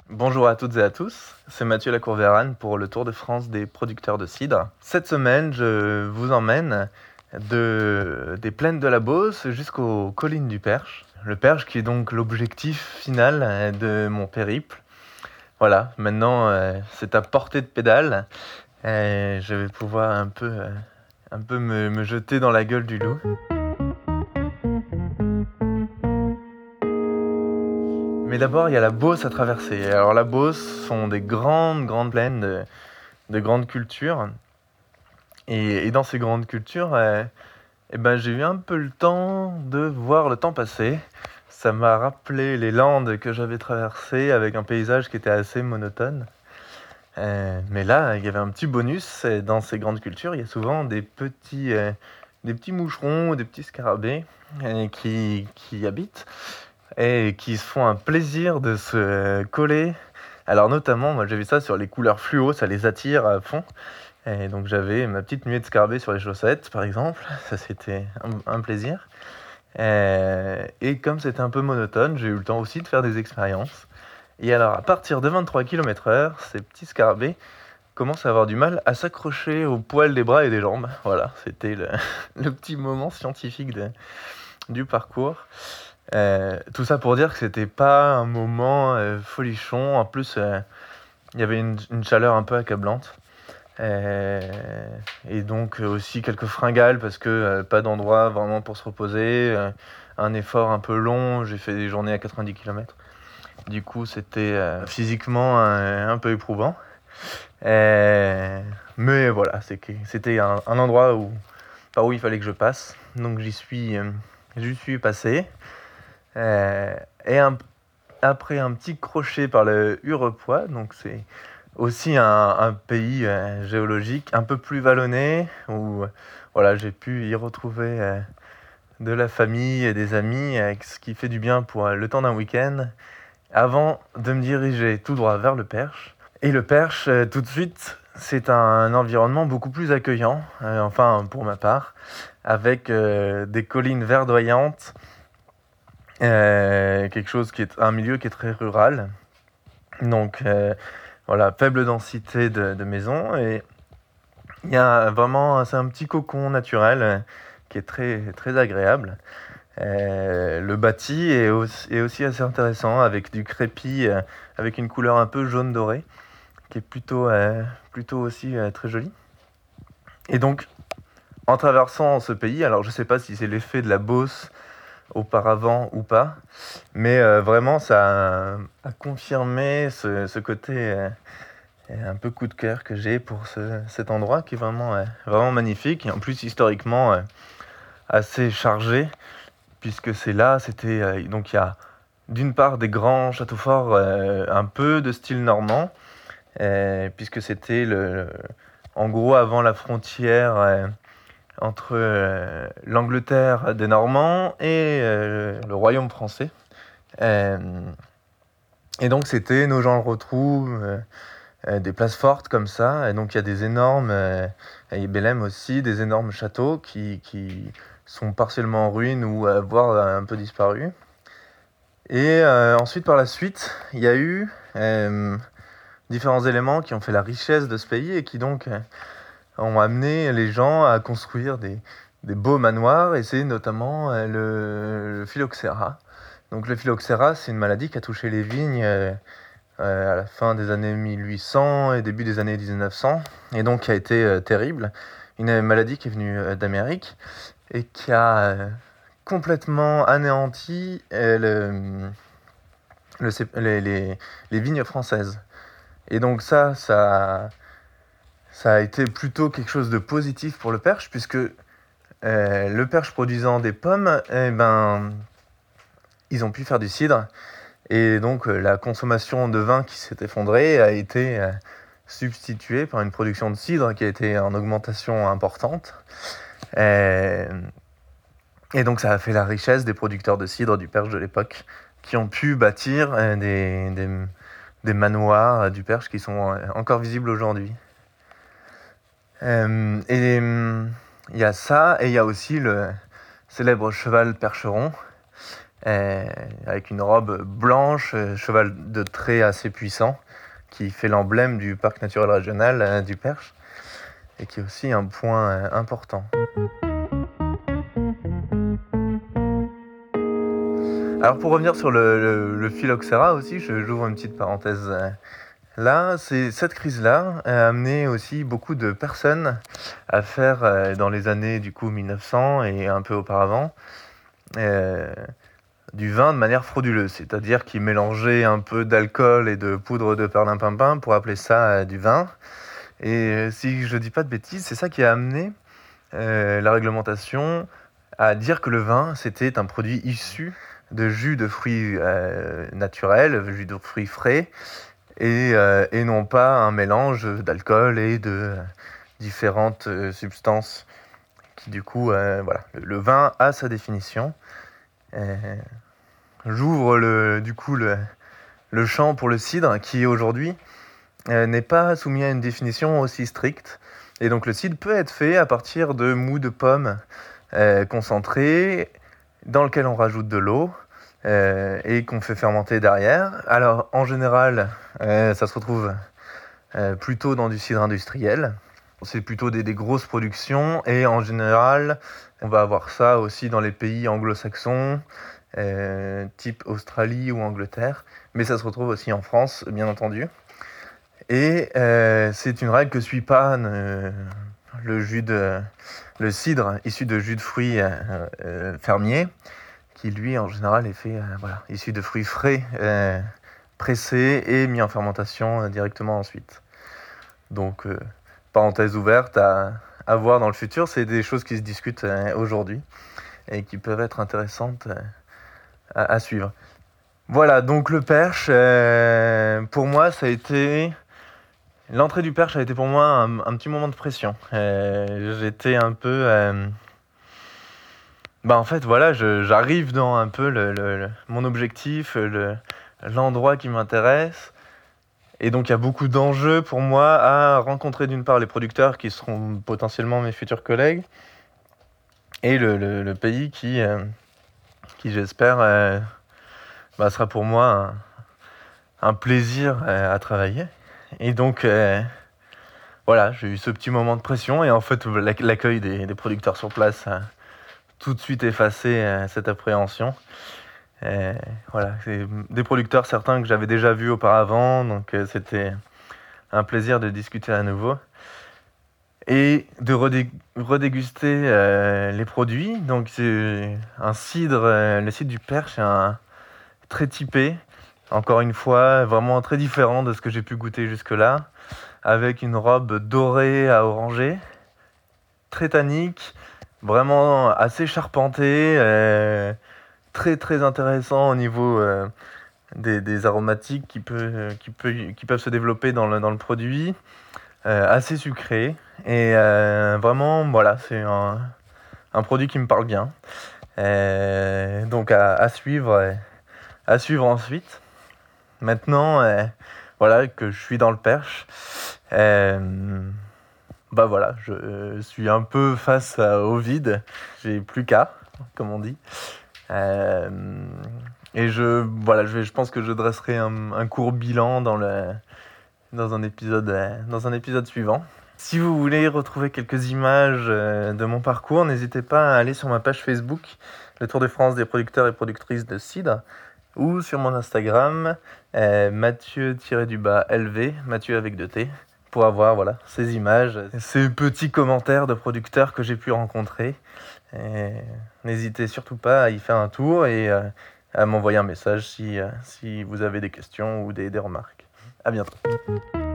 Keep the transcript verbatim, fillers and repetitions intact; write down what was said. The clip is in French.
Bonjour à toutes et à tous, c'est Mathieu Lacour-Vérane pour le Tour de France des producteurs de cidre. Cette semaine, je vous emmène de, des plaines de la Beauce jusqu'aux collines du Perche. Le Perche qui est donc l'objectif final de mon périple. Voilà, maintenant euh, c'est à portée de pédale. Et je vais pouvoir un peu, euh, un peu me, me jeter dans la gueule du loup. Mais d'abord, il y a la Beauce à traverser. Alors la Beauce sont des grandes, grandes plaines de, de grandes cultures. Et, et dans ces grandes cultures, euh, eh ben, j'ai eu un peu le temps de voir le temps passer. Ça m'a rappelé les Landes que j'avais traversées avec un paysage qui était assez monotone. Euh, mais là, il y avait un petit bonus. Dans ces grandes cultures, il y a souvent des petits, euh, des petits moucherons ou des petits scarabées euh, qui, qui habitent et qui se font un plaisir de se coller. Alors notamment, moi j'ai vu ça sur les couleurs fluo, ça les attire à fond. Et donc j'avais ma petite nuée de scarabée sur les chaussettes, par exemple. Ça, c'était un, un plaisir. Euh, et comme c'était un peu monotone, j'ai eu le temps aussi de faire des expériences. Et alors, à partir de vingt-trois kilomètres heure, ces petits scarabées commencent à avoir du mal à s'accrocher aux poils des bras et des jambes. Voilà, c'était le, le petit moment scientifique de, du parcours. Euh, tout ça pour dire que c'était pas un moment euh, folichon. En plus, euh, il y avait une, une chaleur un peu accablante. Euh, et donc aussi quelques fringales parce que euh, pas d'endroit vraiment pour se reposer, euh, un effort un peu long, j'ai fait des journées à quatre-vingt-dix kilomètres. Du coup c'était euh, physiquement un, un peu éprouvant. Euh, mais voilà, c'est que, c'était un, un endroit où, par où il fallait que je passe. Donc j'y suis, euh, j'y suis passé. Euh, et un, après un petit crochet par le Hurepoix, donc c'est aussi un, un pays euh, géologique un peu plus vallonné où euh, voilà, j'ai pu y retrouver euh, de la famille et des amis, euh, ce qui fait du bien pour euh, le temps d'un week-end, avant de me diriger tout droit vers le Perche. Et le Perche, euh, tout de suite, c'est un environnement beaucoup plus accueillant, euh, enfin pour ma part, avec euh, des collines verdoyantes, euh, quelque chose qui est un milieu qui est très rural. Donc euh, voilà, faible densité de, de maisons et il y a vraiment, c'est un petit cocon naturel euh, qui est très, très agréable. Euh, le bâti est aussi, est aussi assez intéressant avec du crépi, euh, avec une couleur un peu jaune doré, qui est plutôt, euh, plutôt aussi euh, très joli. Et donc, en traversant ce pays, alors je sais pas si c'est l'effet de la Beauce auparavant ou pas, mais euh, vraiment ça a, a confirmé ce, ce côté euh, un peu coup de cœur que j'ai pour ce, cet endroit qui est vraiment, euh, vraiment magnifique et en plus historiquement euh, assez chargé puisque c'est là, c'était euh, donc il y a d'une part des grands châteaux forts euh, un peu de style normand euh, puisque c'était le, en gros avant la frontière euh, entre euh, l'Angleterre des Normands et euh, le royaume français. Euh, et donc c'était nos gens le retrouvent euh, euh, des places fortes comme ça. Et donc il y a des énormes, euh, et Belém aussi, des énormes châteaux qui, qui sont partiellement en ruine ou à voire un peu disparus. Et euh, ensuite, par la suite, il y a eu euh, différents éléments qui ont fait la richesse de ce pays et qui donc euh, ont amené les gens à construire des, des beaux manoirs. Et c'est notamment euh, le, le phylloxéra. Donc le phylloxéra, c'est une maladie qui a touché les vignes euh, euh, à la fin des années mille huit cents et début des années dix-neuf cents, et donc qui a été euh, terrible. Une maladie qui est venue euh, d'Amérique et qui a euh, complètement anéanti euh, le, le, les, les, les vignes françaises. Et donc ça, ça, ça a été plutôt quelque chose de positif pour le Perche, puisque euh, le Perche produisant des pommes, eh ben, ils ont pu faire du cidre. Et donc euh, la consommation de vin qui s'est effondrée a été euh, substituée par une production de cidre qui a été en augmentation importante. Et, et donc ça a fait la richesse des producteurs de cidre du Perche de l'époque, qui ont pu bâtir euh, des, des, des manoirs du Perche qui sont euh, encore visibles aujourd'hui. Euh, et il y a ça, et il y a aussi le célèbre cheval percheron, euh, avec une robe blanche, euh, cheval de trait assez puissant, qui fait l'emblème du parc naturel régional euh, du Perche, et qui est aussi un point euh, important. Alors pour revenir sur le, le, le phylloxéra aussi, je, j'ouvre une petite parenthèse euh, là, c'est, cette crise-là a amené aussi beaucoup de personnes à faire, euh, dans les années du coup mille neuf cents et un peu auparavant, euh, du vin de manière frauduleuse, c'est-à-dire qu'ils mélangeaient un peu d'alcool et de poudre de perlimpinpin pour appeler ça euh, du vin. Et euh, si je dis pas de bêtises, c'est ça qui a amené euh, la réglementation à dire que le vin, c'était un produit issu de jus de fruits euh, naturels, jus de fruits frais, et, euh, et non pas un mélange d'alcool et de euh, différentes euh, substances qui du coup, euh, voilà, le, le vin a sa définition. Euh, j'ouvre le, du coup le, le champ pour le cidre qui aujourd'hui euh, n'est pas soumis à une définition aussi stricte. Et donc le cidre peut être fait à partir de mou de pomme euh, concentré dans lequel on rajoute de l'eau euh, et qu'on fait fermenter derrière. Alors en général, euh, ça se retrouve euh, plutôt dans du cidre industriel. C'est plutôt des, des grosses productions et en général, on va avoir ça aussi dans les pays anglo-saxons, euh, type Australie ou Angleterre, mais ça se retrouve aussi en France, bien entendu. Et euh, c'est une règle que suit pas euh, le jus de le cidre issu de jus de fruits euh, euh, fermiers, qui lui en général est fait euh, voilà, issu de fruits frais, euh, pressés et mis en fermentation euh, directement ensuite. Donc euh, parenthèse ouverte à, à voir dans le futur, c'est des choses qui se discutent euh, aujourd'hui et qui peuvent être intéressantes euh, à, à suivre. Voilà, donc le Perche, euh, pour moi ça a été... L'entrée du Perche a été pour moi un, un petit moment de pression. Euh, j'étais un peu... Euh... Bah en fait, voilà, je, j'arrive dans un peu le, le, le, mon objectif, le, l'endroit qui m'intéresse. Et donc, il y a beaucoup d'enjeux pour moi à rencontrer d'une part les producteurs qui seront potentiellement mes futurs collègues et le, le, le pays qui, euh, qui j'espère, euh, bah, sera pour moi un, un plaisir euh, à travailler. Et donc... Euh, Voilà, j'ai eu ce petit moment de pression et en fait l'accueil des, des producteurs sur place a tout de suite effacé euh, cette appréhension. Et voilà, c'est des producteurs certains que j'avais déjà vus auparavant, donc euh, c'était un plaisir de discuter à nouveau et de redé- redéguster euh, les produits. Donc c'est un cidre, euh, le cidre du Perche est un très typé, encore une fois vraiment très différent de ce que j'ai pu goûter jusque-là, avec une robe dorée à orangée, très tannique, vraiment assez charpenté, euh, très très intéressant au niveau euh, des, des aromatiques qui, peut, qui, peut, qui peuvent se développer dans le, dans le produit, euh, assez sucré, et euh, vraiment voilà, c'est un, un produit qui me parle bien. Euh, donc à, à suivre, à suivre ensuite. Maintenant, euh, voilà que je suis dans le Perche. Euh, bah voilà, je suis un peu face à, au vide. J'ai plus qu'à, comme on dit. Euh, et je, voilà, je, vais, je pense que je dresserai un, un court bilan dans, le, dans, un épisode, dans un épisode suivant. Si vous voulez retrouver quelques images de mon parcours, n'hésitez pas à aller sur ma page Facebook, le Tour de France des producteurs et productrices de cidre, ou sur mon Instagram, euh, Mathieu-L V, Mathieu avec deux T, pour avoir voilà, ces images, ces petits commentaires de producteurs que j'ai pu rencontrer. Et n'hésitez surtout pas à y faire un tour et euh, à m'envoyer un message si, euh, si vous avez des questions ou des, des remarques. À bientôt.